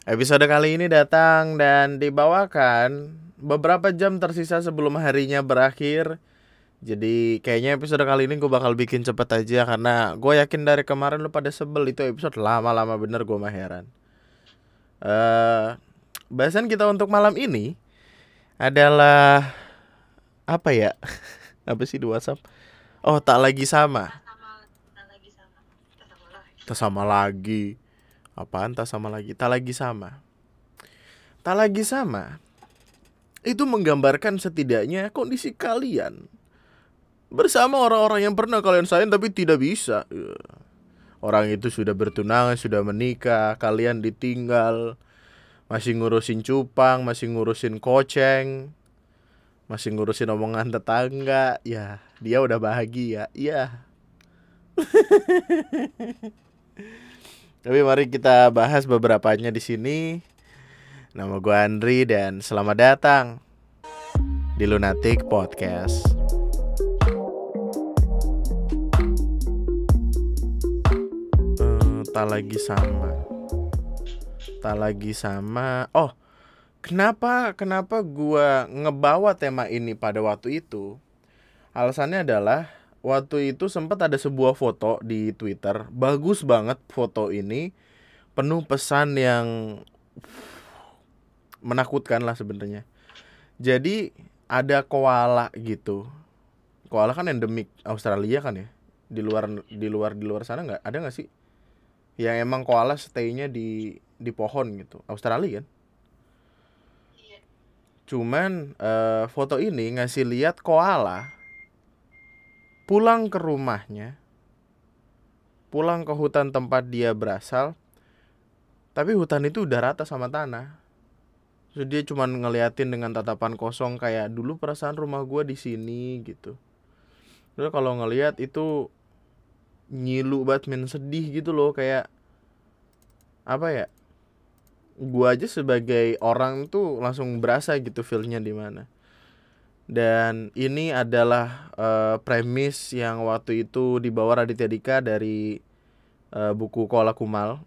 Episode kali ini datang dan dibawakan beberapa jam tersisa sebelum harinya berakhir. Jadi kayaknya episode kali ini gue bakal bikin cepet aja, karena gue yakin dari kemarin lu pada sebel. Itu episode lama-lama bener, gue mah heran. Bahasan kita untuk malam ini adalah apa ya? Apa sih di WhatsApp? Oh, tak lagi sama. Tak sama lagi. Apaan tak sama lagi? Tak lagi sama. Tak lagi sama. Itu menggambarkan setidaknya kondisi kalian bersama orang-orang yang pernah kalian sayang tapi tidak bisa. Orang itu sudah bertunangan, sudah menikah, kalian ditinggal, masih ngurusin cupang, masih ngurusin koceng, masih ngurusin omongan tetangga. Ya, dia udah bahagia. Ya. Tapi mari kita bahas beberapanya di sini. Nama gue Andri dan selamat datang di Lunatic Podcast. Tak lagi sama. Tak lagi sama. Oh, kenapa gua ngebawa tema ini pada waktu itu? Alasannya adalah waktu itu sempat ada sebuah foto di Twitter. Bagus banget foto ini. Penuh pesan yang menakutkan lah sebenarnya. Jadi ada koala gitu. Koala kan endemik Australia kan ya. Di luar sana nggak sih? Yang emang koala stay-nya di pohon gitu. Australia kan. Cuman foto ini ngasih lihat koala pulang ke rumahnya, pulang ke hutan tempat dia berasal, tapi hutan itu udah rata sama tanah. Terus dia cuman ngeliatin dengan tatapan kosong kayak dulu perasaan rumah gua di sini gitu. Terus kalau ngeliat itu nyilu banget, men, sedih gitu loh, kayak apa ya? Gua aja sebagai orang tuh langsung berasa gitu feel-nya di mana. Dan ini adalah premis yang waktu itu dibawa Raditya Dika dari buku Koala Kumal.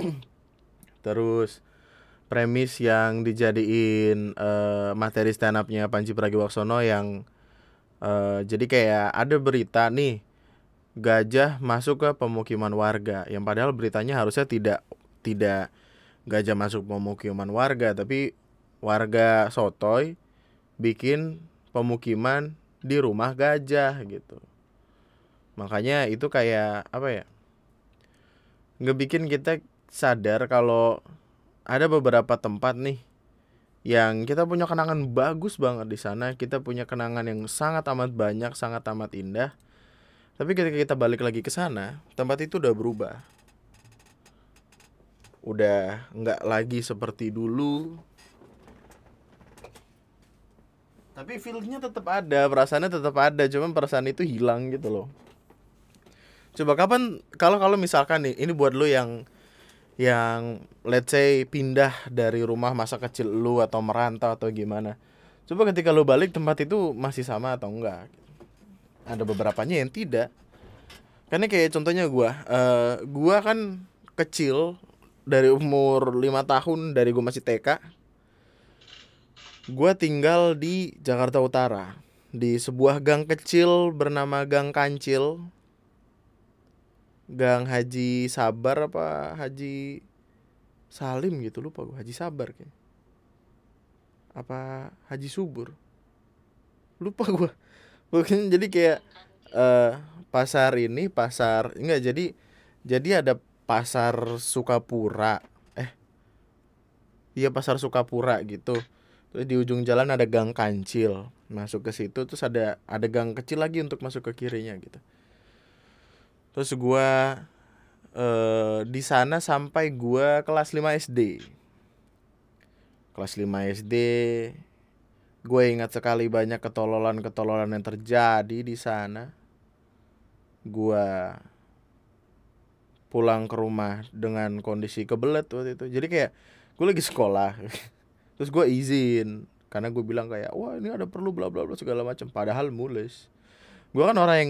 Terus premis yang dijadiin materi stand up-nya Panji Pragiwaksono yang jadi kayak ada berita nih, gajah masuk ke pemukiman warga, yang padahal beritanya harusnya tidak gajah masuk pemukiman warga, tapi warga sotoy bikin pemukiman di rumah gajah gitu. Makanya itu kayak apa ya, ngebikin kita sadar kalau ada beberapa tempat nih yang kita punya kenangan bagus banget di sana. Kita punya kenangan yang sangat amat banyak, sangat amat indah. Tapi ketika kita balik lagi ke sana, tempat itu udah berubah. Udah nggak lagi seperti dulu. Tapi feel-nya tetap ada, perasaannya tetap ada, cuman perasaan itu hilang gitu loh. Coba kapan kalau misalkan nih, ini buat lu yang let's say pindah dari rumah masa kecil lu atau merantau atau gimana. Coba ketika lu balik, tempat itu masih sama atau enggak? Ada beberapanya yang tidak. Karena kayak contohnya gua kan kecil dari umur 5 tahun, dari gua masih TK. Gua tinggal di Jakarta Utara, di sebuah gang kecil bernama Gang Kancil. Gang Haji Sabar apa Haji Salim gitu, lupa gue. Haji Sabar kayak. Apa Haji Subur? Lupa gue. Pokoknya jadi kayak pasar ini, pasar enggak, jadi ada pasar Sukapura. Iya, pasar Sukapura gitu. Terus di ujung jalan ada Gang Kancil. Masuk ke situ terus ada gang kecil lagi untuk masuk ke kirinya gitu. Terus gua di sana sampai gua kelas 5 SD. Kelas 5 SD, gue ingat sekali banyak ketololan-ketololan yang terjadi di sana. Gua pulang ke rumah dengan kondisi kebelet waktu itu. Jadi kayak gue lagi sekolah. Terus gue izin karena gue bilang kayak, wah ini ada perlu bla bla bla segala macam. Padahal mules. Gue kan orang yang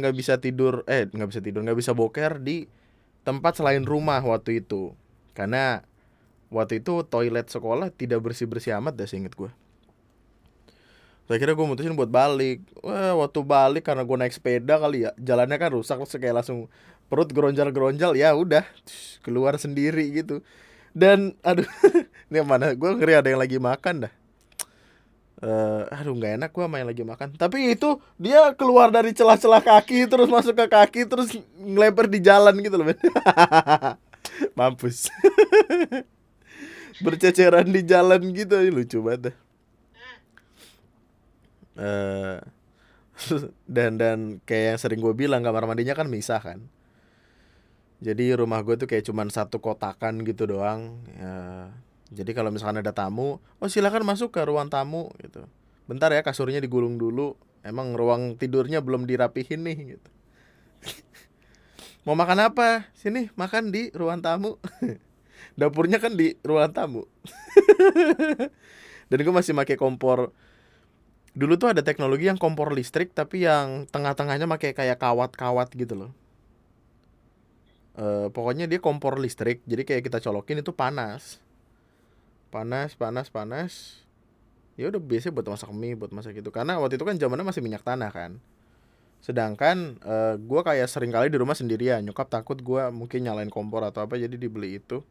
nggak bisa boker di tempat selain rumah waktu itu, karena Waktu itu toilet sekolah tidak bersih-bersih amat dah seinget gue. Akhirnya gue mutusin buat balik. Wah, waktu balik karena gue naik sepeda kali ya, jalannya kan rusak, terus kayak langsung perut geronjal-geronjal, ya udah keluar sendiri gitu. Dan aduh, ini yang mana? Gue ngeri ada yang lagi makan dah. Aduh nggak enak gue sama yang lagi makan. Tapi itu dia keluar dari celah-celah kaki terus masuk ke kaki terus ngeleper di jalan gitu loh, men. Mampus. Berceceran di jalan gitu, lucu banget dah. Eh, dan kayak yang sering gue bilang, kamar mandinya kan misah kan. Jadi rumah gue tuh kayak cuman satu kotakan gitu doang ya. Jadi kalau misalkan ada tamu, oh silakan masuk ke ruang tamu gitu. Bentar ya, kasurnya digulung dulu. Emang ruang tidurnya belum dirapihin nih gitu. Mau makan apa? Sini makan di ruang tamu. Dapurnya kan di ruang tamu. Dan gue masih pakai kompor. Dulu tuh ada teknologi yang kompor listrik tapi yang tengah-tengahnya pakai kayak kawat-kawat gitu loh. Pokoknya dia kompor listrik, jadi kayak kita colokin itu panas, panas, panas, panas. Ya udah biasa buat masak mie, buat masak gitu. Karena waktu itu kan zamannya masih minyak tanah kan. Sedangkan gue kayak sering kali di rumah sendirian. Nyokap takut gue mungkin nyalain kompor atau apa, jadi dibeli itu.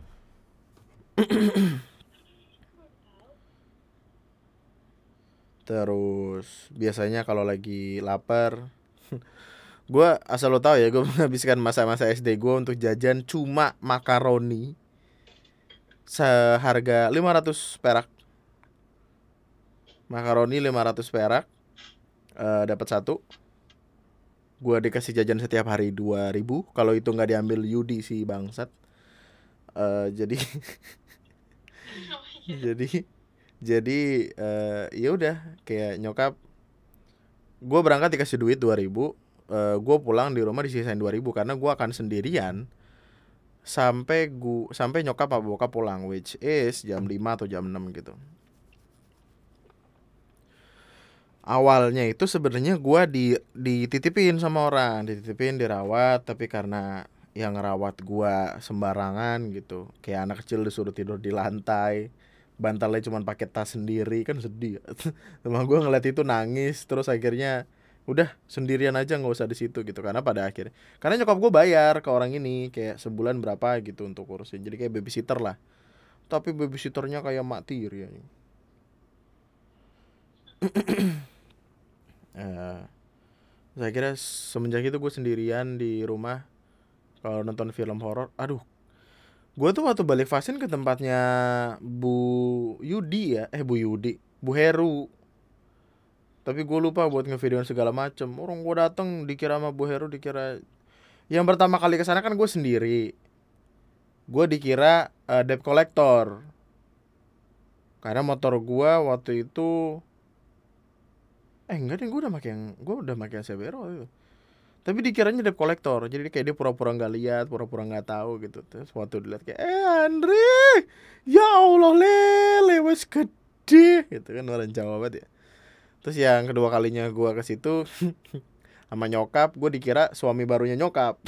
Terus biasanya kalau lagi lapar, gue asal lo tahu ya, gue menghabiskan masa-masa SD gue untuk jajan cuma makaroni seharga 500 perak. Makaroni 500 perak, dapat satu. Gua dikasih jajan setiap hari 2.000. Kalau itu nggak diambil Yudi si bangsat. Jadi jadi jadi ya udah kayak nyokap, gue berangkat dikasih duit 2.000, gue pulang di rumah disisain 2.000 karena gue akan sendirian sampai nyokap apa bokap pulang, which is jam 5 atau jam 6 gitu. Awalnya itu sebenarnya gua dititipin sama orang, dititipin dirawat, tapi karena yang ngerawat gua sembarangan gitu, kayak anak kecil disuruh tidur di lantai, bantalnya cuma pakai tas sendiri, kan sedih. Sama gua ngeliat itu nangis, terus akhirnya udah sendirian aja nggak usah di situ gitu, karena pada akhirnya karena nyokap gua bayar ke orang ini kayak sebulan berapa gitu untuk urusin, jadi kayak babysitter lah, tapi babysitternya kayak mak tiri ya. Eh, Saya kira semenjak itu gue sendirian di rumah kalau nonton film horor. Aduh, gue tuh waktu balik vaksin ke tempatnya Bu Yudi ya, Bu Yudi, Bu Heru. Tapi gue lupa buat ngevideoin segala macem. Orang gue dateng dikira sama Bu Heru, dikira yang pertama kali kesana kan gue sendiri. Gue dikira debt collector karena motor gue waktu itu enggak deh, gue udah pakai Severo itu. Tapi dikiranya debt collector, jadi kayak dia pura-pura nggak lihat, pura-pura nggak tahu gitu. Terus waktu dilihat kayak Andre, ya Allah lele wes gede gitu kan, orang Jawa banget ya. Terus yang kedua kalinya gue ke situ sama nyokap, gue dikira suami barunya nyokap.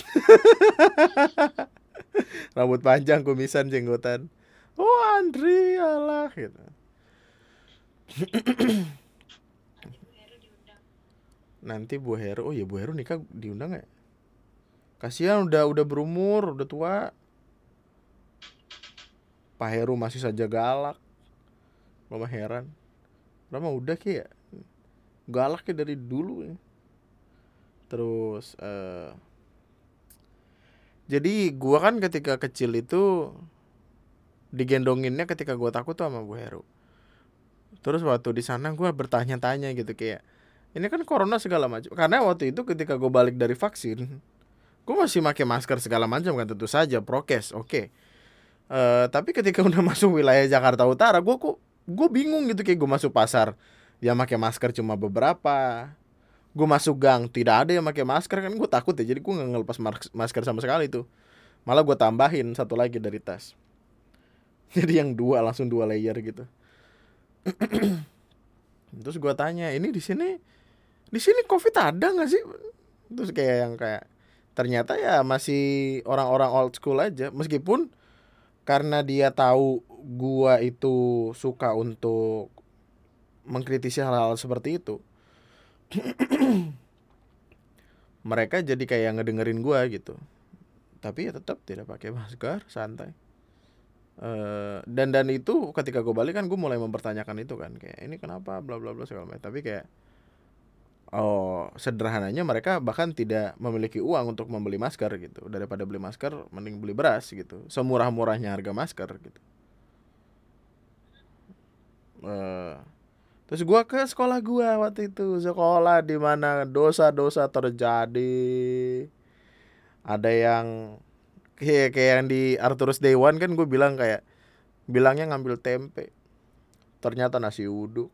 Rambut panjang, kumisan, jenggotan. Oh Andre alah gitu. Nanti Bu Heru, oh ya Bu Heru nikah diundang ya? Kasihan udah berumur, udah tua. Pak Heru masih saja galak. Mama heran. Lama udah kayak galak ya dari dulu ya. Terus jadi gua kan ketika kecil itu digendonginnya ketika gua takut tuh sama Bu Heru. Terus waktu di sana gua bertanya-tanya gitu kayak, ini kan corona segala macam. Karena waktu itu ketika gua balik dari vaksin, gua masih pakai masker segala macam kan, tentu saja prokes, oke. Tapi ketika udah masuk wilayah Jakarta Utara, gue bingung gitu, kayak gue masuk pasar yang pakai masker cuma beberapa, gue masuk gang tidak ada yang pakai masker, kan gue takut ya, jadi gue nggak ngelepas masker sama sekali tuh, malah gue tambahin satu lagi dari tas, jadi yang langsung 2 layer gitu. Terus gue tanya, ini di sini COVID ada nggak sih? Terus kayak ternyata ya masih orang-orang old school aja, meskipun karena dia tahu gua itu suka untuk mengkritisi hal-hal seperti itu, mereka jadi kayak ngedengerin gua gitu. Tapi ya tetap tidak pakai masker, santai. Dan itu ketika gue balik kan gue mulai mempertanyakan itu kan, kayak ini kenapa bla bla bla segala macam. Tapi kayak sederhananya mereka bahkan tidak memiliki uang untuk membeli masker gitu. Daripada beli masker mending beli beras gitu, semurah-murahnya harga masker gitu. Eh, Terus gue ke sekolah gue waktu itu, sekolah di mana dosa-dosa terjadi. Ada yang kayak yang di Arturus Day One kan, gue bilang kayak bilangnya ngambil tempe, ternyata nasi uduk.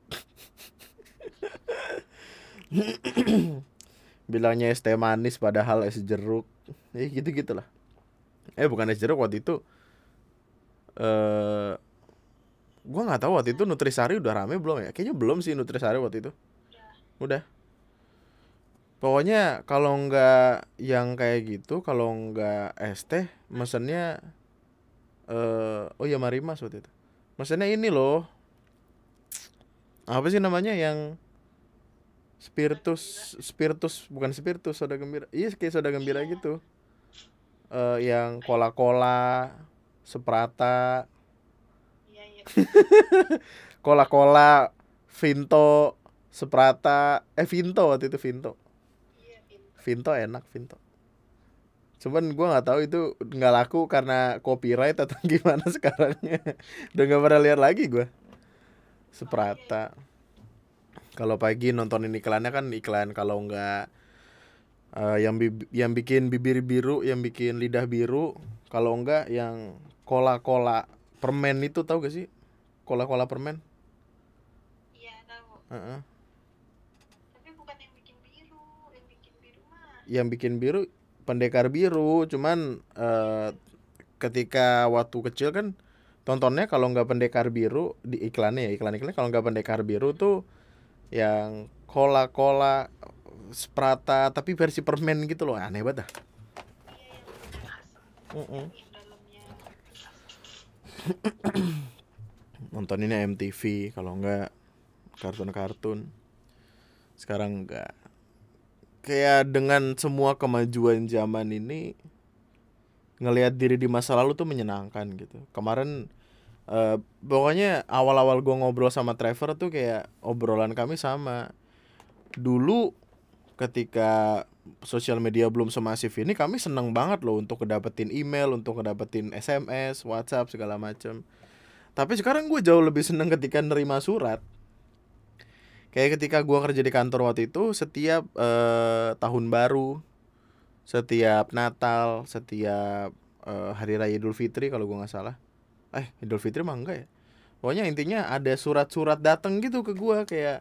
Bilangnya es teh manis padahal es jeruk. Gitu gitulah. Bukan es jeruk waktu itu. eh Gua nggak tahu waktu itu Nutrisari udah rame belum ya? Kayaknya belum sih Nutrisari waktu itu. Udah. Pokoknya kalau nggak yang kayak gitu, kalau nggak es teh, mesennya oh ya Marimas waktu itu. Mesennya ini loh. Apa sih namanya yang Spiritus bukan Spiritus, soda gembira. Iya kayak soda gembira gitu. Yang cola-cola, Seprata, cola-cola, Vinto, Seprata, Vinto waktu itu Vinto. Vinto enak Vinto. Cuman gue nggak tahu itu nggak laku karena copyright atau gimana sekarang. Udah nggak pernah lihat lagi gue. Seprata. Kalau pagi nontonin iklannya kan iklan kalau nggak yang bikin bibir biru, yang bikin lidah biru. Kalau enggak yang cola-cola permen itu, tahu gak sih? Cola-cola permen. Iya tahu. Heeh. Tapi bukan yang bikin biru. Yang bikin biru mah. Yang bikin biru pendekar biru, cuman ketika waktu kecil kan tontonnya kalau nggak pendekar biru di iklannya, ya iklan-iklannya kalau nggak pendekar biru tuh yang cola-cola Sprata tapi versi permen gitu loh, aneh banget dah. Iya yang bener asam. Mm-mm. Yang dalamnya asam. Nontoninnya MTV kalau nggak kartun-kartun. Sekarang nggak. Kayak dengan semua kemajuan zaman ini, ngelihat diri di masa lalu tuh menyenangkan gitu. Kemarin pokoknya awal-awal gue ngobrol sama Trevor tuh kayak obrolan kami sama. Dulu ketika sosial media belum semasif ini, kami seneng banget loh untuk ngedapetin email, untuk ngedapetin SMS, WhatsApp segala macem. Tapi sekarang gue jauh lebih seneng ketika nerima surat. Kayak ketika gue kerja di kantor waktu itu, setiap tahun baru, setiap Natal, setiap Hari Raya Idul Fitri kalau gue nggak salah. Idul Fitri mah enggak ya. Pokoknya intinya ada surat-surat datang gitu ke gue kayak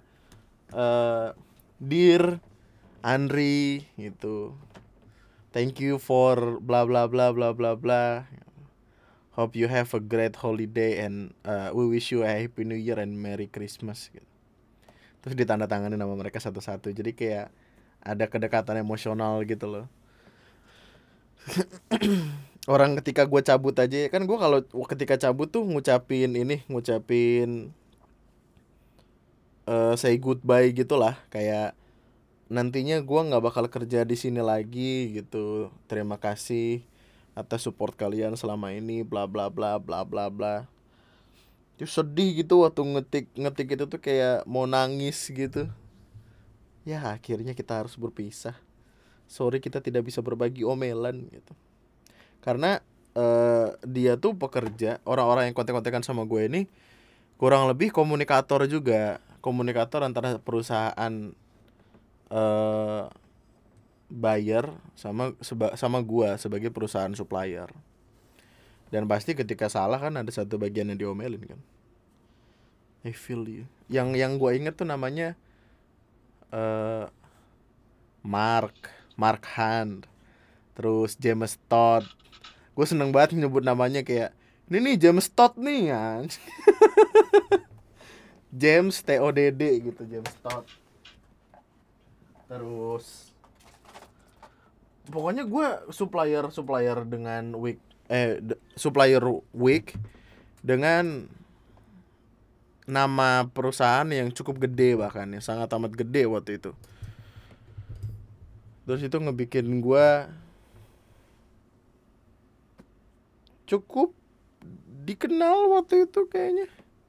Dear Andri gitu. Thank you for bla bla bla bla bla bla. Hope you have a great holiday and we wish you a happy new year and merry Christmas gitu. Terus ditandatangani nama mereka satu-satu. Jadi kayak ada kedekatan emosional gitu loh. Orang ketika gue cabut aja kan, gue kalau ketika cabut tuh ngucapin say goodbye gitulah, kayak nantinya gue nggak bakal kerja di sini lagi gitu, terima kasih atas support kalian selama ini bla bla bla bla bla bla. Terus sedih gitu waktu ngetik itu tuh kayak mau nangis gitu. Ya akhirnya kita harus berpisah, sorry kita tidak bisa berbagi omelan gitu. Karena dia tuh pekerja, orang-orang yang kontek-kontekan sama gue ini kurang lebih komunikator juga, komunikator antara perusahaan eh buyer sama gua sebagai perusahaan supplier. Dan pasti ketika salah kan ada satu bagian yang diomelin kan. I feel you. Yang gua inget tuh namanya eh Mark Hunt, terus James Todd. Gue seneng banget nyebut namanya kayak ini nih James Todd nih kan. James TODD gitu, James Todd. Terus pokoknya gue supplier dengan supplier week dengan nama perusahaan yang cukup gede, bahkan yang sangat amat gede waktu itu. Terus itu ngebikin gua cukup dikenal waktu itu kayaknya.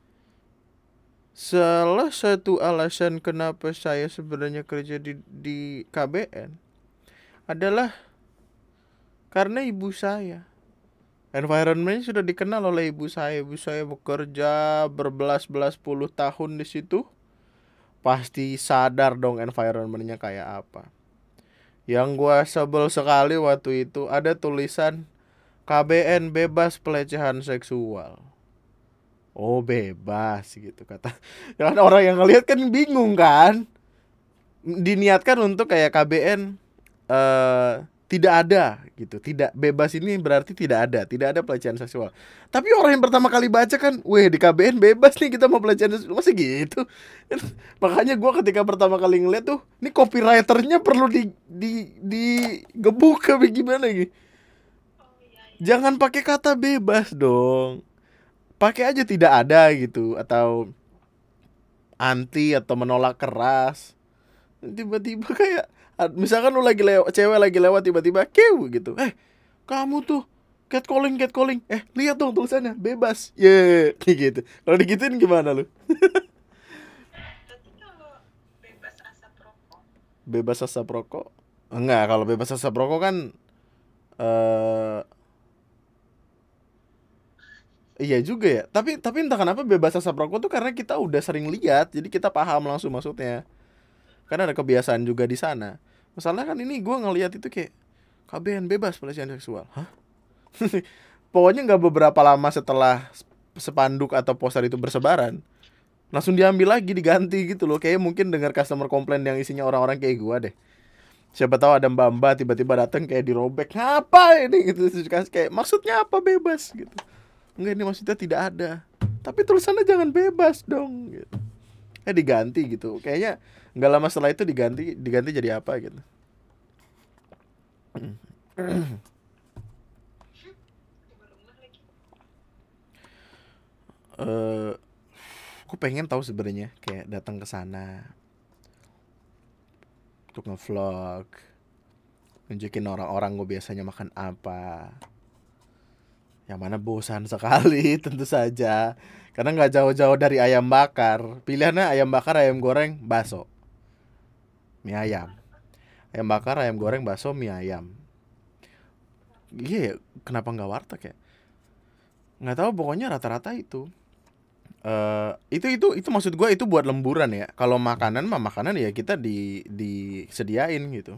Salah satu alasan kenapa saya sebenarnya kerja di KBN adalah karena ibu saya. Environment sudah dikenal oleh ibu saya. Ibu saya bekerja berbelas-belas puluh tahun di situ. Pasti sadar dong environmentnya kayak apa. Yang gua sebel sekali waktu itu ada tulisan KBN bebas pelecehan seksual. Oh bebas gitu kata. Ya kan orang yang ngelihat kan bingung kan. Diniatkan untuk kayak KBN tidak ada gitu. Tidak bebas ini berarti tidak ada pelecehan seksual. Tapi orang yang pertama kali baca kan, weh di KBN bebas nih kita mau pelecehan seksual. Masa gitu? Makanya gue ketika pertama kali ngeliat tuh, ini copywriternya perlu digebuk apa gimana gitu. Oh iya iya. Jangan pakai kata bebas dong. Pakai aja tidak ada gitu, atau anti atau menolak keras. Tiba-tiba kayak misalkan lu lagi lewat, cewek lagi lewat tiba-tiba kew gitu, kamu tuh catcalling, lihat dong tulisannya bebas, kayak gitu. Kalau digituin gimana lu? Tapi kalau bebas asap rokok, Bebas asap rokok enggak, kalau bebas asap rokok kan eh iya juga ya, tapi entah kenapa bebas asap rokok tuh karena kita udah sering lihat jadi kita paham langsung maksudnya, karena ada kebiasaan juga di sana. Masalahnya kan ini gue ngelihat itu kayak KBN bebas pelecehan seksual. Hah? Pokoknya nggak beberapa lama setelah spanduk atau poster itu bersebaran, langsung diambil lagi diganti gitu loh. Kayak mungkin dengar customer komplain yang isinya orang-orang kayak gua deh. Siapa tahu ada mbak-mbak tiba-tiba datang kayak dirobek. Ngapa ini gitu. Terus dikasih kayak maksudnya apa bebas gitu. Enggak, ini maksudnya tidak ada. Tapi tulisannya jangan bebas dong gitu. Diganti gitu. Kayaknya nggak lama setelah itu diganti jadi apa gitu. di rumah lagi. Eh, aku pengen tahu sebenarnya kayak datang ke sana untuk ngevlog, nunjukin orang-orang gue biasanya makan apa. Yang mana bosan sekali tentu saja. Karena nggak jauh-jauh dari ayam bakar. Pilihannya ayam bakar, ayam goreng, bakso, mie ayam. Ayam bakar, ayam goreng, bakso, mie ayam. Iya ya, kenapa nggak warteg ya? Nggak tahu, pokoknya rata-rata itu. Itu maksud gue itu buat lemburan ya. Kalau makanan mah makanan ya kita disediain gitu.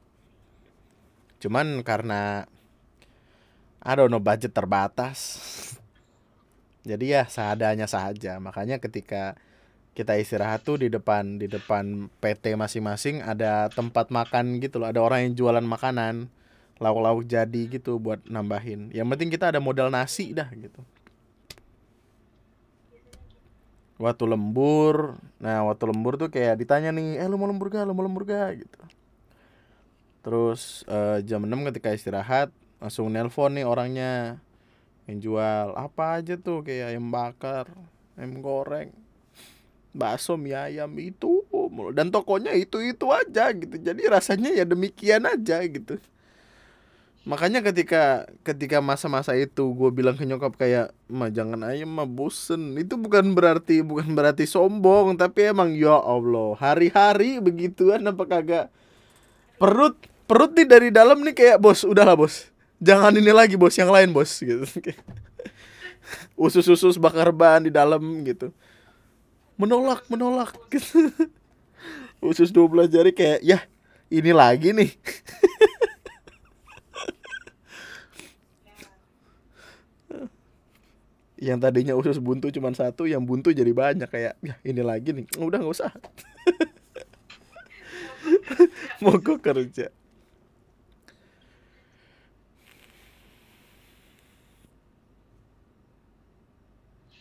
Cuman karena I don't know, budget terbatas. Jadi ya seadanya saja. Makanya ketika kita istirahat tuh di depan PT masing-masing ada tempat makan gitu loh. Ada orang yang jualan makanan, lauk-lauk jadi gitu buat nambahin. Yang penting kita ada modal nasi dah gitu. Biasanya gitu. Waktu lembur tuh kayak ditanya nih, lu mau lembur gak? Lu mau lembur gak? Gitu. Terus jam 6 ketika istirahat langsung nelpon nih orangnya yang jual apa aja tuh, kayak ayam bakar, ayam goreng, bakso, mie ayam itu mulu. Dan tokonya itu aja gitu. Jadi rasanya ya demikian aja gitu. Makanya ketika ketika masa-masa itu gue bilang ke nyokap kayak, "Ma jangan ayam mah bosen." Itu bukan berarti sombong, tapi emang ya Allah, hari-hari begituan apa kagak. Perut perut nih dari dalam nih kayak, "Bos, udahlah, Bos. Jangan ini lagi, Bos, yang lain, Bos." Gitu. Usus-usus bakar ban di dalam gitu. Menolak gitu. Usus 12 jari kayak, ya ini lagi nih. Ya, Yang tadinya usus buntu cuma satu, yang buntu jadi banyak, kayak ya ini lagi nih. Udah nggak usah. mogok kerja. Mogok kerja.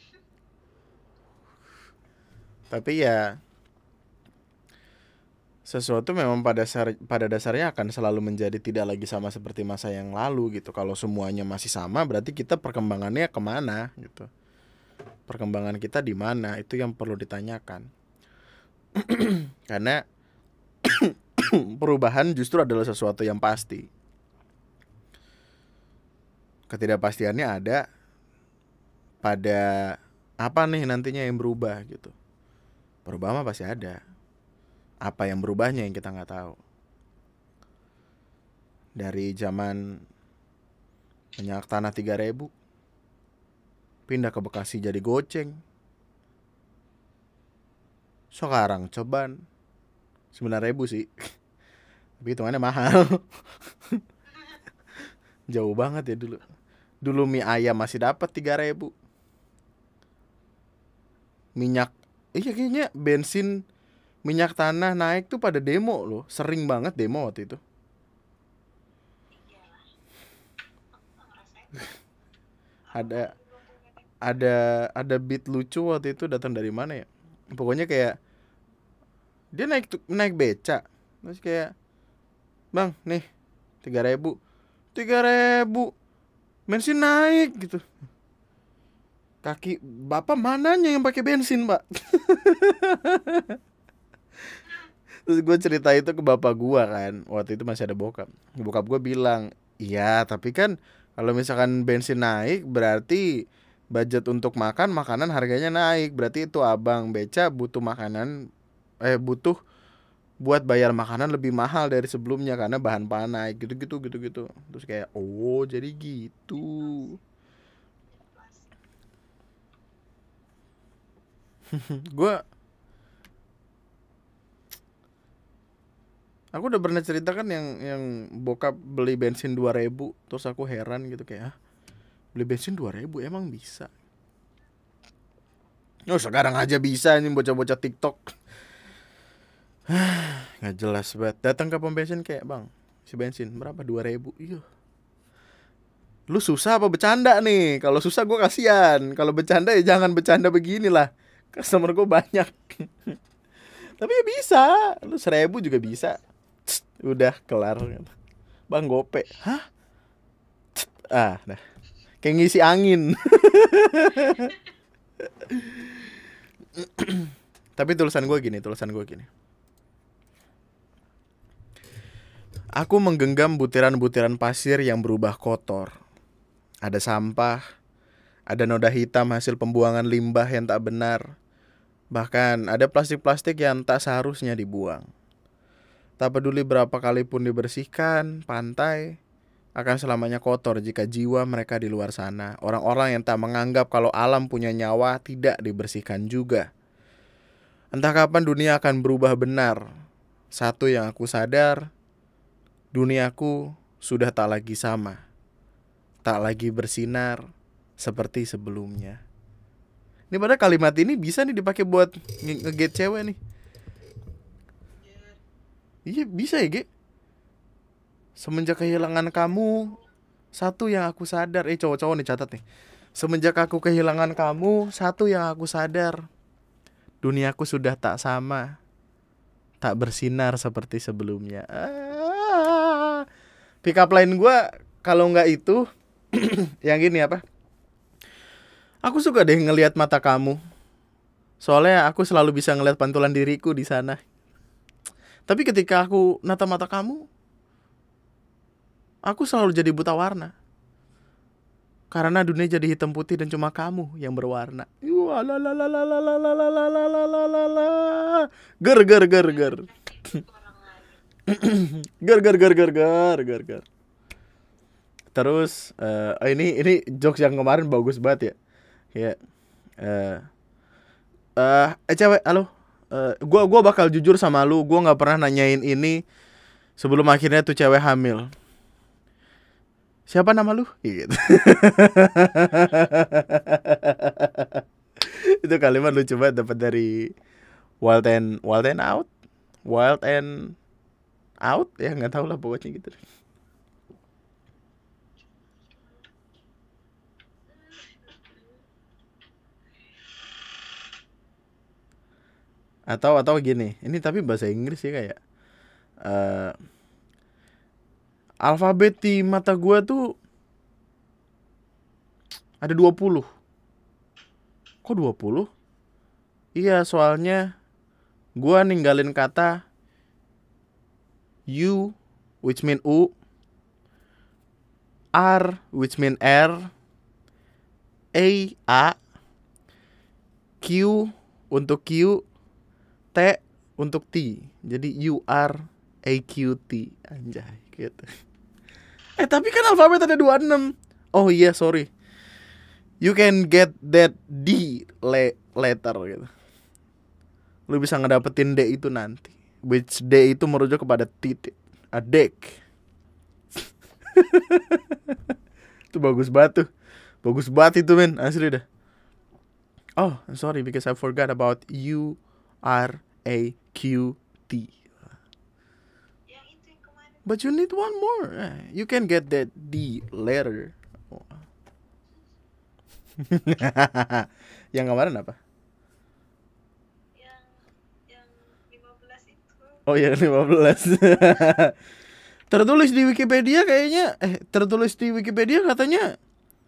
Tapi ya sesuatu memang pada dasarnya akan selalu menjadi tidak lagi sama seperti masa yang lalu gitu. Kalau semuanya masih sama, berarti kita perkembangannya kemana gitu. Perkembangan kita di mana, itu yang perlu ditanyakan. Karena perubahan justru adalah sesuatu yang pasti. Ketidakpastiannya ada pada apa nih nantinya yang berubah gitu. Perubahan mah pasti ada. Apa yang berubahnya yang kita nggak tahu. Dari zaman minyak tanah 3.000 pindah ke Bekasi jadi goceng. Sekarang cobaan 9.000 sih. Tapi hitungannya mahal. Jauh banget ya dulu. Dulu mie ayam masih dapat 3.000. Minyak, iya kayaknya bensin minyak tanah naik tuh pada demo loh. Sering banget demo waktu itu. Iyalah, aku nggak ngerasain. Aku Ada kan belum punya nih. ada beat lucu waktu itu datang dari mana ya? Pokoknya kayak dia naik beca. Terus kayak, "Bang, nih 3.000." 3.000 bensin naik gitu. Kaki bapak mananya yang pakai bensin, Pak? Terus gue cerita itu ke bapak gue kan. Waktu itu masih ada bokap. Bokap gue bilang, iya tapi kan kalau misalkan bensin naik berarti budget untuk makanan harganya naik. Berarti itu abang beca butuh makanan, butuh buat bayar makanan lebih mahal dari sebelumnya karena bahan pangan naik gitu. Terus kayak, oh jadi gitu. Jelas. Gue Aku udah pernah cerita kan yang bokap beli bensin 2.000. Terus aku heran gitu kayak, "Hah, beli bensin 2.000 emang bisa?" Oh sekarang aja bisa nih bocah-bocah TikTok. Nggak jelas banget. Datang ke pom bensin kayak, "Bang, si bensin berapa? 2.000." Iya. Lu susah apa bercanda nih? Kalau susah gue kasihan. Kalau bercanda ya jangan bercanda beginilah. Customer gue banyak. Tapi ya bisa. Lu 1.000 juga bisa. Udah kelar. Bang gope. Hah? Nah. Kayak ngisi angin. Tapi tulisan gue gini. Aku menggenggam butiran-butiran pasir yang berubah kotor. Ada sampah, ada noda hitam hasil pembuangan limbah yang tak benar. Bahkan ada plastik-plastik yang tak seharusnya dibuang. Tak peduli berapa kali pun dibersihkan, pantai akan selamanya kotor jika jiwa mereka di luar sana. Orang-orang yang tak menganggap kalau alam punya nyawa tidak dibersihkan juga. Entah kapan dunia akan berubah benar. Satu yang aku sadar, duniaku sudah tak lagi sama. Tak lagi bersinar seperti sebelumnya. Ini pada kalimat ini bisa nih dipakai buat nge-get cewek nih. Iya bisa ya, Ge. Semenjak kehilangan kamu, satu yang aku sadar. Cowok-cowok nih catat nih. Semenjak aku kehilangan kamu, satu yang aku sadar. Duniaku sudah tak sama. Tak bersinar seperti sebelumnya. Pick up line gue kalau nggak itu yang gini apa? Aku suka deh ngelihat mata kamu. Soalnya aku selalu bisa ngelihat pantulan diriku di sana. Tapi ketika aku natap mata kamu, aku selalu jadi buta warna. Karena dunia jadi hitam putih dan cuma kamu yang berwarna. Ger ger ger ger. Orang lagi. Ger. Terus ini jokes yang kemarin bagus banget ya. Kayak cewek, halo. Gua bakal jujur sama lu, gua nggak pernah nanyain ini sebelum akhirnya tuh cewek hamil. Siapa nama lu? Gitu. Itu kalimat lucu banget dapat dari Wild and Out. Wild and Out ya nggak tahu lah pokoknya gitu. Atau gini, ini tapi bahasa Inggris sih kayak Eh, Alfabet di mata gue tuh ada 20. Kok 20? Iya, soalnya gue ninggalin kata U, which mean U, R, which mean R, A, Q untuk Q, T untuk T. Jadi U, R, A, Q, T. Anjay, gitu. Tapi kan alfabet ada 26. Oh iya, sorry. You can get that D letter gitu. Lu bisa ngedapetin D itu nanti. Which D itu merujuk kepada titik. A deck. Itu bagus banget tuh. Bagus banget itu, men. Asli dah. Oh, I'm sorry because I forgot about U, R, A, Q, T. Yang itu yang kemarin. But you need one more. You can get that D letter. Yang kemarin apa? Yang 15 itu. Oh ya, 15. Tertulis di Wikipedia kayaknya tertulis di Wikipedia katanya.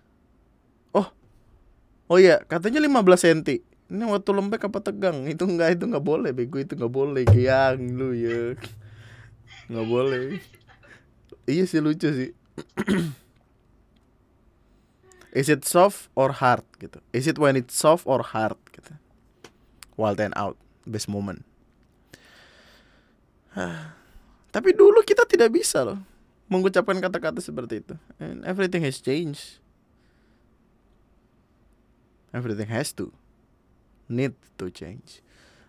Oh iya, katanya 15 cm. Ini waktu lembek apa tegang? Itu enggak boleh, bego, itu enggak boleh. Giang lu ya. Enggak boleh. Iya sih, lucu sih. Is it soft or hard gitu? Is it when it's soft or hard gitu? Wild and out, best moment. Tapi dulu kita tidak bisa loh mengucapkan kata-kata seperti itu. And everything has changed. Everything has to need to change.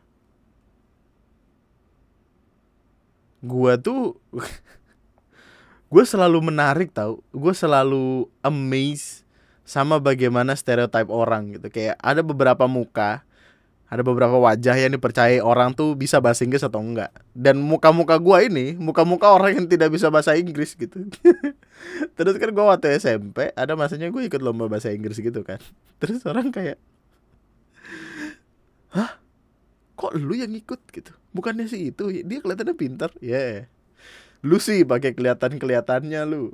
Gua tuh gue selalu menarik tau. Gue selalu amazed sama bagaimana stereotype orang gitu. Kayak ada beberapa muka, ada beberapa wajah yang dipercayai orang tuh bisa bahasa Inggris atau enggak. Dan muka-muka gue ini, muka-muka orang yang tidak bisa bahasa Inggris gitu. Terus kan gue waktu SMP, ada masanya gue ikut lomba bahasa Inggris gitu kan. Terus orang kayak, hah? Kok lu yang ikut gitu? Bukannya sih itu, dia kelihatannya pintar. Ya, lu sih pakai kelihatan-kelihatannya lu.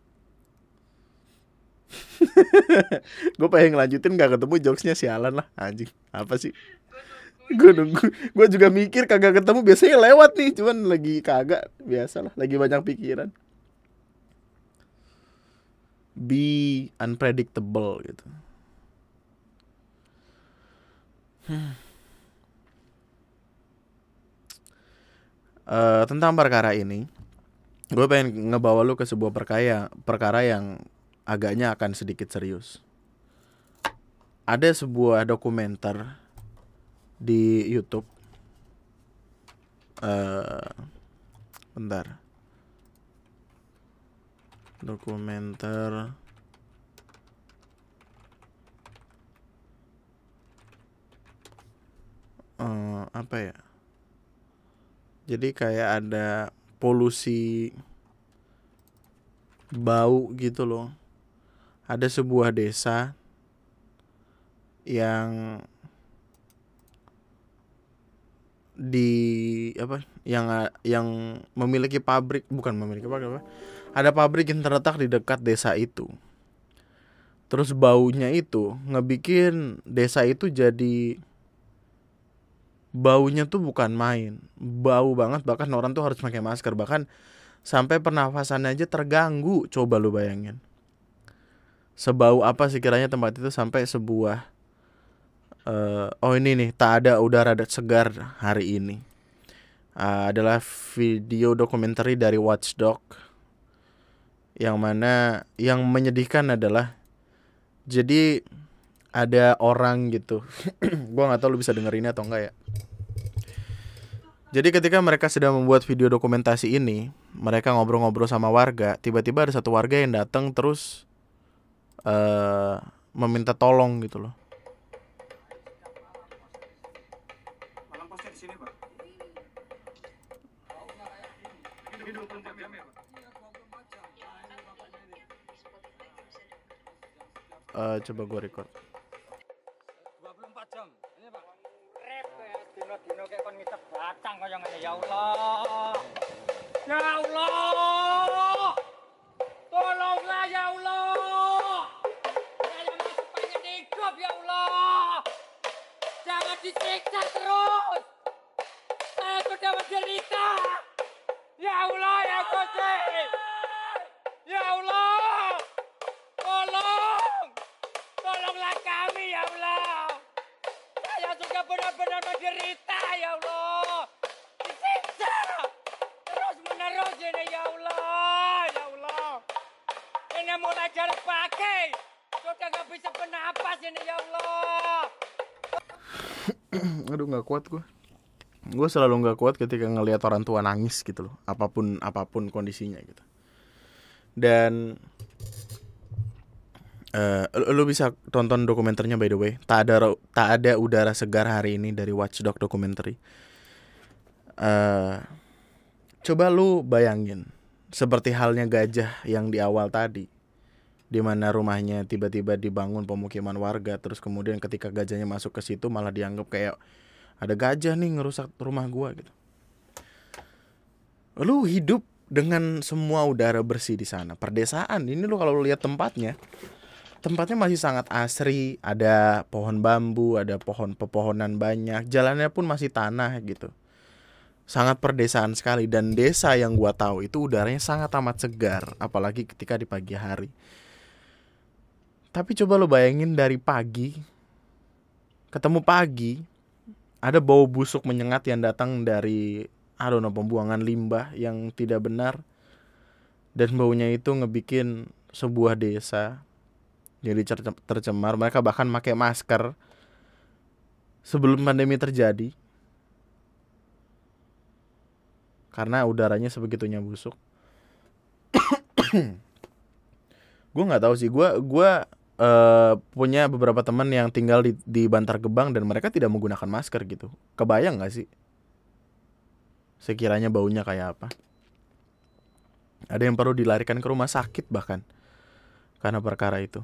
Gue pengen ngelanjutin gak ketemu jokesnya, sialan lah anjing. Apa sih? Gue nunggu. Gue juga mikir kagak ketemu, biasanya lewat nih. Cuman lagi kagak, biasalah, lagi banyak pikiran. Be unpredictable gitu. Tentang perkara ini, gue pengen ngebawa lu ke sebuah perkara yang agaknya akan sedikit serius. Ada sebuah dokumenter di YouTube. Bentar. Dokumenter. Apa ya? Jadi kayak ada polusi bau gitu loh. Ada sebuah desa yang yang memiliki pabrik, bukan memiliki pabrik apa? Ada pabrik yang terletak di dekat desa itu. Terus baunya itu ngebikin desa itu jadi, baunya tuh bukan main, bau banget, bahkan orang tuh harus pakai masker, bahkan sampai pernafasannya aja terganggu. Coba lu bayangin, sebau apa sih kiranya tempat itu sampai sebuah ini nih, tak ada udara segar hari ini. Adalah video dokumenter dari Watchdog, yang mana yang menyedihkan adalah, jadi ada orang gitu. Gua nggak tahu lu bisa dengerin atau enggak ya. Jadi ketika mereka sedang membuat video dokumentasi ini, mereka ngobrol-ngobrol sama warga. Tiba-tiba ada satu warga yang datang terus meminta tolong gitu loh. Coba gue record. 24 jam. Ini Pak. Rep dino-dino kayak kon ngicep batang kaya ngene ya Allah. Ya Allah, tolonglah ya Allah. Saya masih pengen hidup ya Allah. Jangan disiksa terus. Saya sudah menderita. Ya Allah ya Gusti. Ya Allah, tolong. Tolonglah kami ya Allah. Saya sudah benar-benar menderita ya Allah. Disiksa terus menerus ini ya Allah. Ya Allah. Ini mulai dari pagi. Sudah gak bisa bernapas ini ya Allah. Aduh, nggak kuat gue. Gue selalu nggak kuat ketika ngelihat orang tua nangis gitu loh, apapun kondisinya gitu. Dan lu bisa tonton dokumenternya by the way. Tak ada udara segar hari ini dari Watchdog Documentary. Coba lu bayangin seperti halnya gajah yang di awal tadi, di mana rumahnya tiba-tiba dibangun pemukiman warga, terus kemudian ketika gajahnya masuk ke situ malah dianggap kayak ada gajah nih ngerusak rumah gua gitu. Lu hidup dengan semua udara bersih di sana. Perdesaan ini lu kalau lihat tempatnya masih sangat asri, ada pohon bambu, ada pepohonan banyak, jalannya pun masih tanah gitu. Sangat perdesaan sekali, dan desa yang gua tahu itu udaranya sangat amat segar, apalagi ketika di pagi hari. Tapi coba lu bayangin dari pagi ketemu pagi, ada bau busuk menyengat yang datang dari pembuangan limbah yang tidak benar, dan baunya itu ngebikin sebuah desa jadi tercemar. Mereka bahkan pakai masker sebelum pandemi terjadi karena udaranya sebegitunya busuk. Gue nggak tahu sih, gue punya beberapa teman yang tinggal di Bantar Gebang dan mereka tidak menggunakan masker gitu. Kebayang nggak sih sekiranya baunya kayak apa? Ada yang perlu dilarikan ke rumah sakit bahkan karena perkara itu.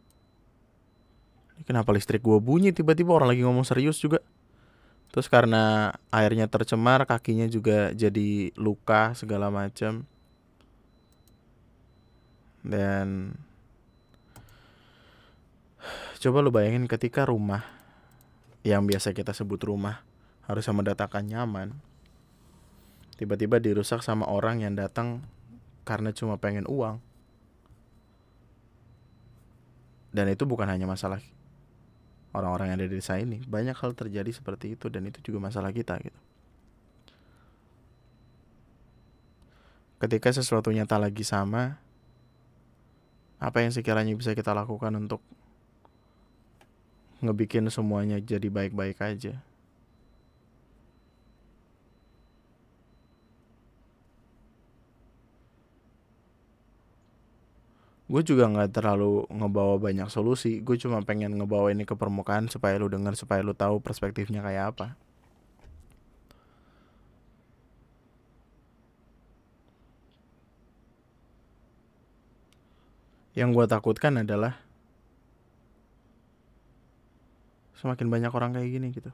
Kenapa listrik gue bunyi tiba-tiba, orang lagi ngomong serius juga. Terus karena airnya tercemar, kakinya juga jadi luka segala macam. Dan coba lu bayangin ketika rumah yang biasa kita sebut rumah harusnya mendatangkan nyaman, tiba-tiba dirusak sama orang yang datang karena cuma pengen uang. Dan itu bukan hanya masalah orang-orang yang ada di desa ini, banyak hal terjadi seperti itu, dan itu juga masalah kita gitu. Ketika sesuatunya tak lagi sama, apa yang sekiranya bisa kita lakukan untuk ngebikin semuanya jadi baik-baik aja? Gue juga gak terlalu ngebawa banyak solusi. Gue cuma pengen ngebawa ini ke permukaan supaya lu denger, supaya lu tahu perspektifnya kayak apa. Yang gue takutkan adalah semakin banyak orang kayak gini gitu.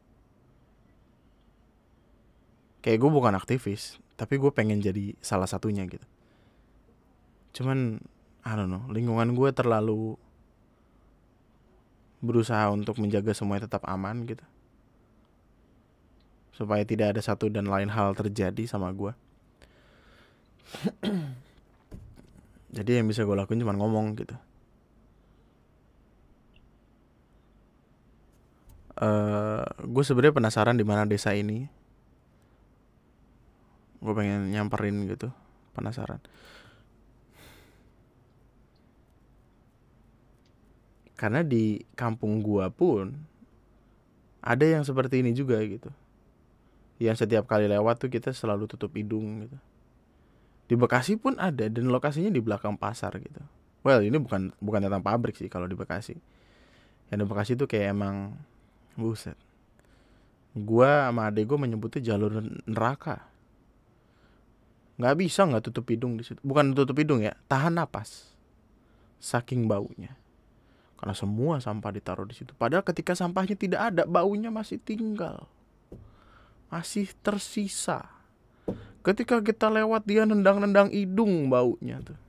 Kayak gue bukan aktivis, tapi gue pengen jadi salah satunya gitu. Cuman I don't know, lingkungan gue terlalu berusaha untuk menjaga semuanya tetap aman gitu, supaya tidak ada satu dan lain hal terjadi sama gue. Jadi yang bisa gue lakuin cuma ngomong gitu. Gue sebenarnya penasaran di mana desa ini. Gue pengen nyamperin gitu, penasaran. Karena di kampung gua pun ada yang seperti ini juga gitu. Yang setiap kali lewat tuh kita selalu tutup hidung gitu. Di Bekasi pun ada, dan lokasinya di belakang pasar gitu. Well, ini bukan tentang pabrik sih kalau di Bekasi. Yang di Bekasi tuh kayak emang buset. Gua sama adek gua menyebutnya jalur neraka. Nggak bisa nggak tutup hidung di situ. Bukan tutup hidung ya, tahan napas. Saking baunya. Karena semua sampah ditaruh di situ. Padahal ketika sampahnya tidak ada, baunya masih tinggal, masih tersisa. Ketika kita lewat dia nendang-nendang hidung baunya tuh.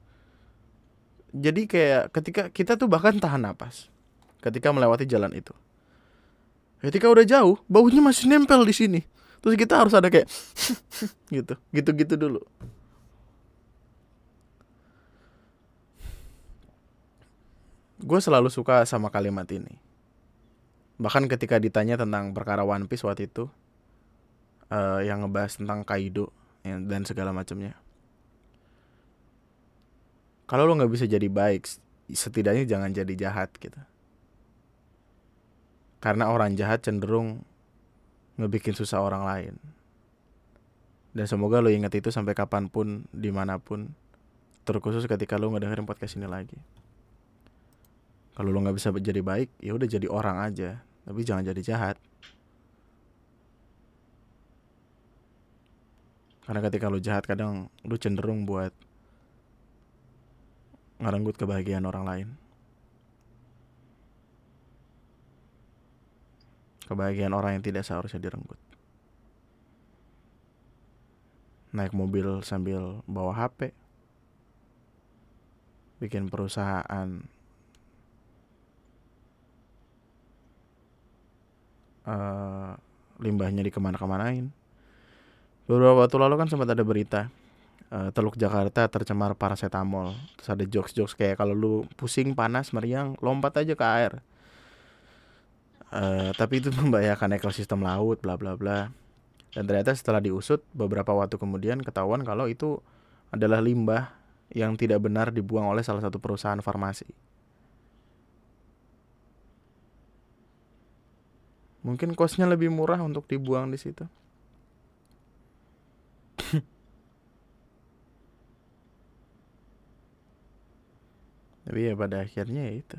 Jadi kayak ketika kita tuh bahkan tahan napas ketika melewati jalan itu. Ketika udah jauh, baunya masih nempel di sini. Terus kita harus ada kayak gitu, gitu-gitu dulu. Gue selalu suka sama kalimat ini. Bahkan ketika ditanya tentang perkara One Piece waktu itu, yang ngebahas tentang Kaido dan segala macamnya. Kalau lo nggak bisa jadi baik, setidaknya jangan jadi jahat gitu. Karena orang jahat cenderung ngebikin susah orang lain. Dan semoga lo ingat itu sampai kapanpun, dimanapun. Terkhusus ketika lo ngedengerin podcast ini lagi. Kalau lo nggak bisa jadi baik, ya udah jadi orang aja, tapi jangan jadi jahat. Karena ketika lo jahat kadang lo cenderung buat ngerenggut kebahagiaan orang lain. Kebahagiaan orang yang tidak seharusnya direnggut. Naik mobil sambil bawa HP. Bikin perusahaan limbahnya dikemana-kemanain. Beberapa waktu lalu kan sempat ada berita Teluk Jakarta tercemar paracetamol. Terus ada jokes-jokes kayak kalau lu pusing, panas, meriang, lompat aja ke air. Tapi itu membahayakan ekosistem laut, bla bla bla. Dan ternyata setelah diusut beberapa waktu kemudian ketahuan kalau itu adalah limbah yang tidak benar dibuang oleh salah satu perusahaan farmasi. Mungkin kosnya lebih murah untuk dibuang di situ. Tapi ya pada akhirnya ya itu.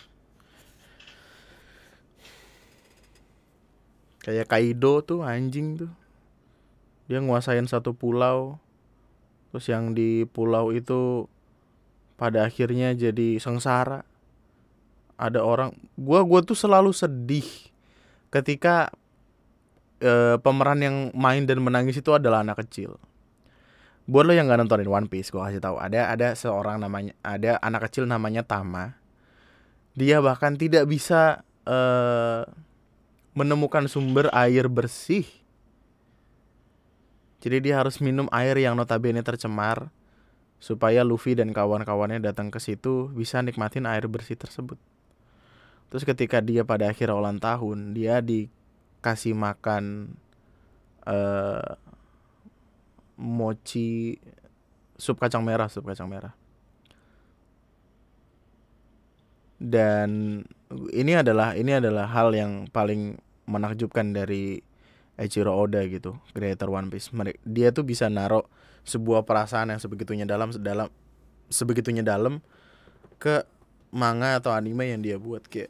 Kayak Kaido tuh anjing tuh. Dia nguasain satu pulau. Terus yang di pulau itu pada akhirnya jadi sengsara. Ada orang, gua tuh selalu sedih ketika pemeran yang main dan menangis itu adalah anak kecil. Buat lo yang nggak nontonin One Piece, gue kasih tahu ada seorang namanya, ada anak kecil namanya Tama. Dia bahkan tidak bisa menemukan sumber air bersih. Jadi dia harus minum air yang notabene tercemar supaya Luffy dan kawan-kawannya datang ke situ bisa nikmatin air bersih tersebut. Terus ketika dia pada akhir ulang tahun, dia dikasih makan mochi, sup kacang merah. Dan ini adalah hal yang paling menakjubkan dari Eiichiro Oda gitu, creator One Piece. Dia tuh bisa naruh sebuah perasaan yang sebegitunya dalam ke manga atau anime yang dia buat. Kayak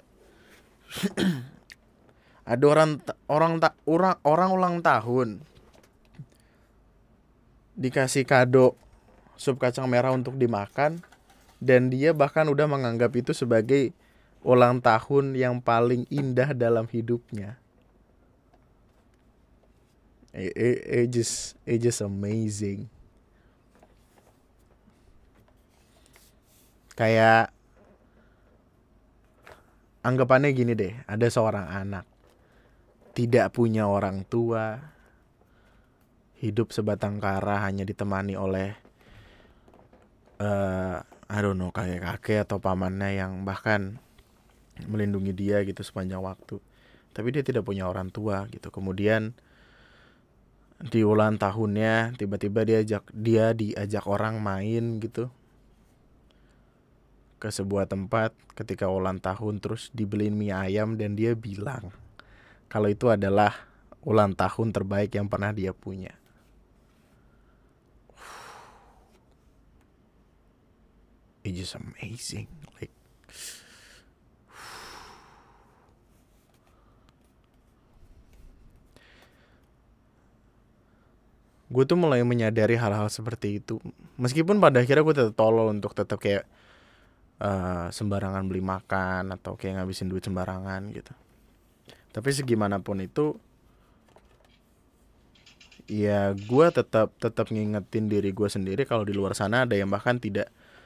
ada orang ulang tahun dikasih kado sup kacang merah untuk dimakan, dan dia bahkan udah menganggap itu sebagai ulang tahun yang paling indah dalam hidupnya. It just amazing. Kayak anggapannya gini deh, ada seorang anak tidak punya orang tua, hidup sebatang kara hanya ditemani oleh I don't know, kayak kakek atau pamannya yang bahkan melindungi dia gitu sepanjang waktu. Tapi dia tidak punya orang tua gitu. Kemudian di ulang tahunnya tiba-tiba dia diajak orang main gitu ke sebuah tempat ketika ulang tahun, terus dibeliin mie ayam dan dia bilang kalau itu adalah ulang tahun terbaik yang pernah dia punya. It's just amazing. Like, gue tuh mulai menyadari hal-hal seperti itu. Meskipun pada akhirnya gue tetap tolol untuk tetap kayak sembarangan beli makan atau kayak ngabisin duit sembarangan gitu. Tapi segimanapun itu, ya gue tetap ngingetin diri gue sendiri kalau di luar sana ada yang bahkan tidak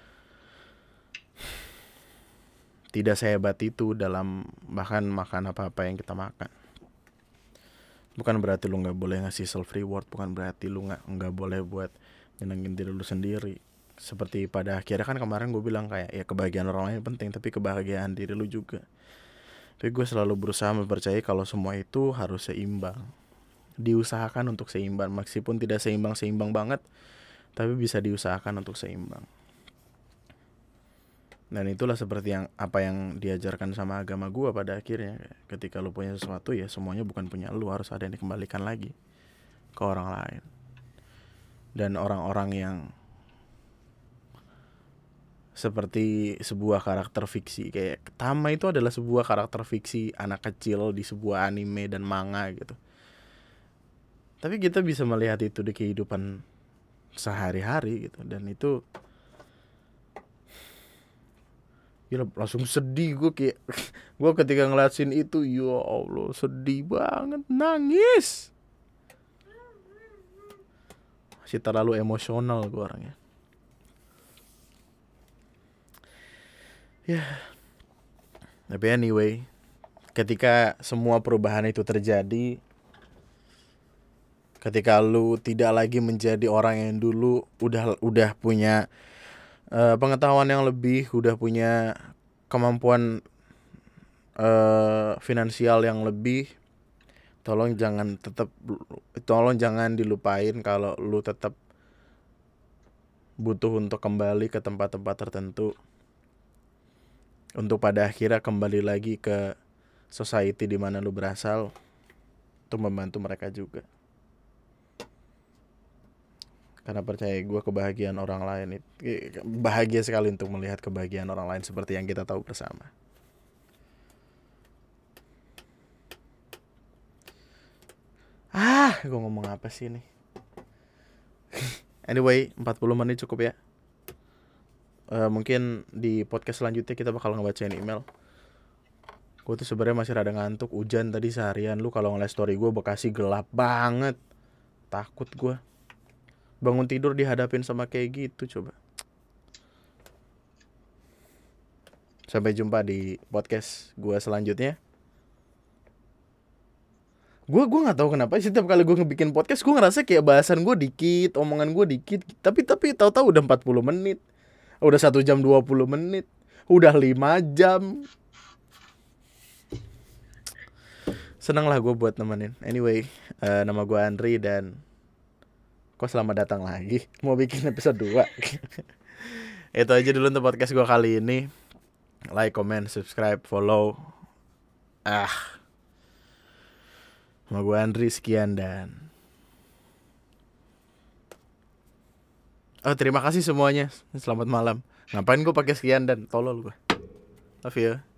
sehebat itu dalam bahkan makan apa-apa yang kita makan. Bukan berarti lu nggak boleh ngasih self reward, bukan berarti lu nggak boleh buat nyenengin diri lu sendiri. Seperti pada akhirnya kan kemarin gue bilang kayak ya kebahagiaan orang lain penting, tapi kebahagiaan diri lu juga. Tapi gue selalu berusaha mempercayai kalau semua itu harus seimbang. Diusahakan untuk seimbang, meskipun tidak seimbang banget, tapi bisa diusahakan untuk seimbang. Dan itulah seperti apa yang diajarkan sama agama gue pada akhirnya. Ketika lu punya sesuatu ya semuanya bukan punya lu, harus ada yang dikembalikan lagi ke orang lain. Dan orang-orang yang seperti sebuah karakter fiksi, kayak Tama itu adalah sebuah karakter fiksi anak kecil di sebuah anime dan manga gitu. Tapi kita bisa melihat itu di kehidupan sehari-hari gitu. Dan itu gila, langsung sedih gue kayak gue ketika ngeliat scene itu, ya Allah sedih banget, nangis, masih terlalu emosional gue orangnya. Ya, tapi anyway, ketika semua perubahan itu terjadi, ketika lu tidak lagi menjadi orang yang dulu udah punya pengetahuan yang lebih, udah punya kemampuan finansial yang lebih, tolong jangan dilupain kalau lu tetap butuh untuk kembali ke tempat-tempat tertentu, untuk pada akhirnya kembali lagi ke society di mana lu berasal, untuk membantu mereka juga. Karena percaya gue, kebahagiaan orang lain itu bahagia sekali untuk melihat kebahagiaan orang lain seperti yang kita tahu bersama. Gue ngomong apa sih ini? Anyway, 40 menit cukup ya. Mungkin di podcast selanjutnya kita bakal ngebacain email. Gue tuh sebenarnya masih rada ngantuk, hujan tadi seharian. Lu kalau ngeliat story gue, Bekasi gelap banget. Takut gue bangun tidur dihadapin sama kayak gitu. Coba. Sampai jumpa di podcast gue selanjutnya. Gue nggak tahu kenapa sih setiap kali gue ngebikin podcast gue ngerasa kayak bahasan gue dikit, omongan gue dikit, tapi tahu-tahu udah 40 menit, udah 1 jam 20 menit, udah 5 jam. Seneng lah gue buat nemenin. Anyway, nama gue Andri dan kok selamat datang lagi, mau bikin episode 2. Itu aja dulu untuk podcast gue kali ini. Like, comment, subscribe, follow. Nama gue Andri, sekian dan terima kasih semuanya. Selamat malam. Ngapain gue pakai sekian dan, tolol gue. Love you.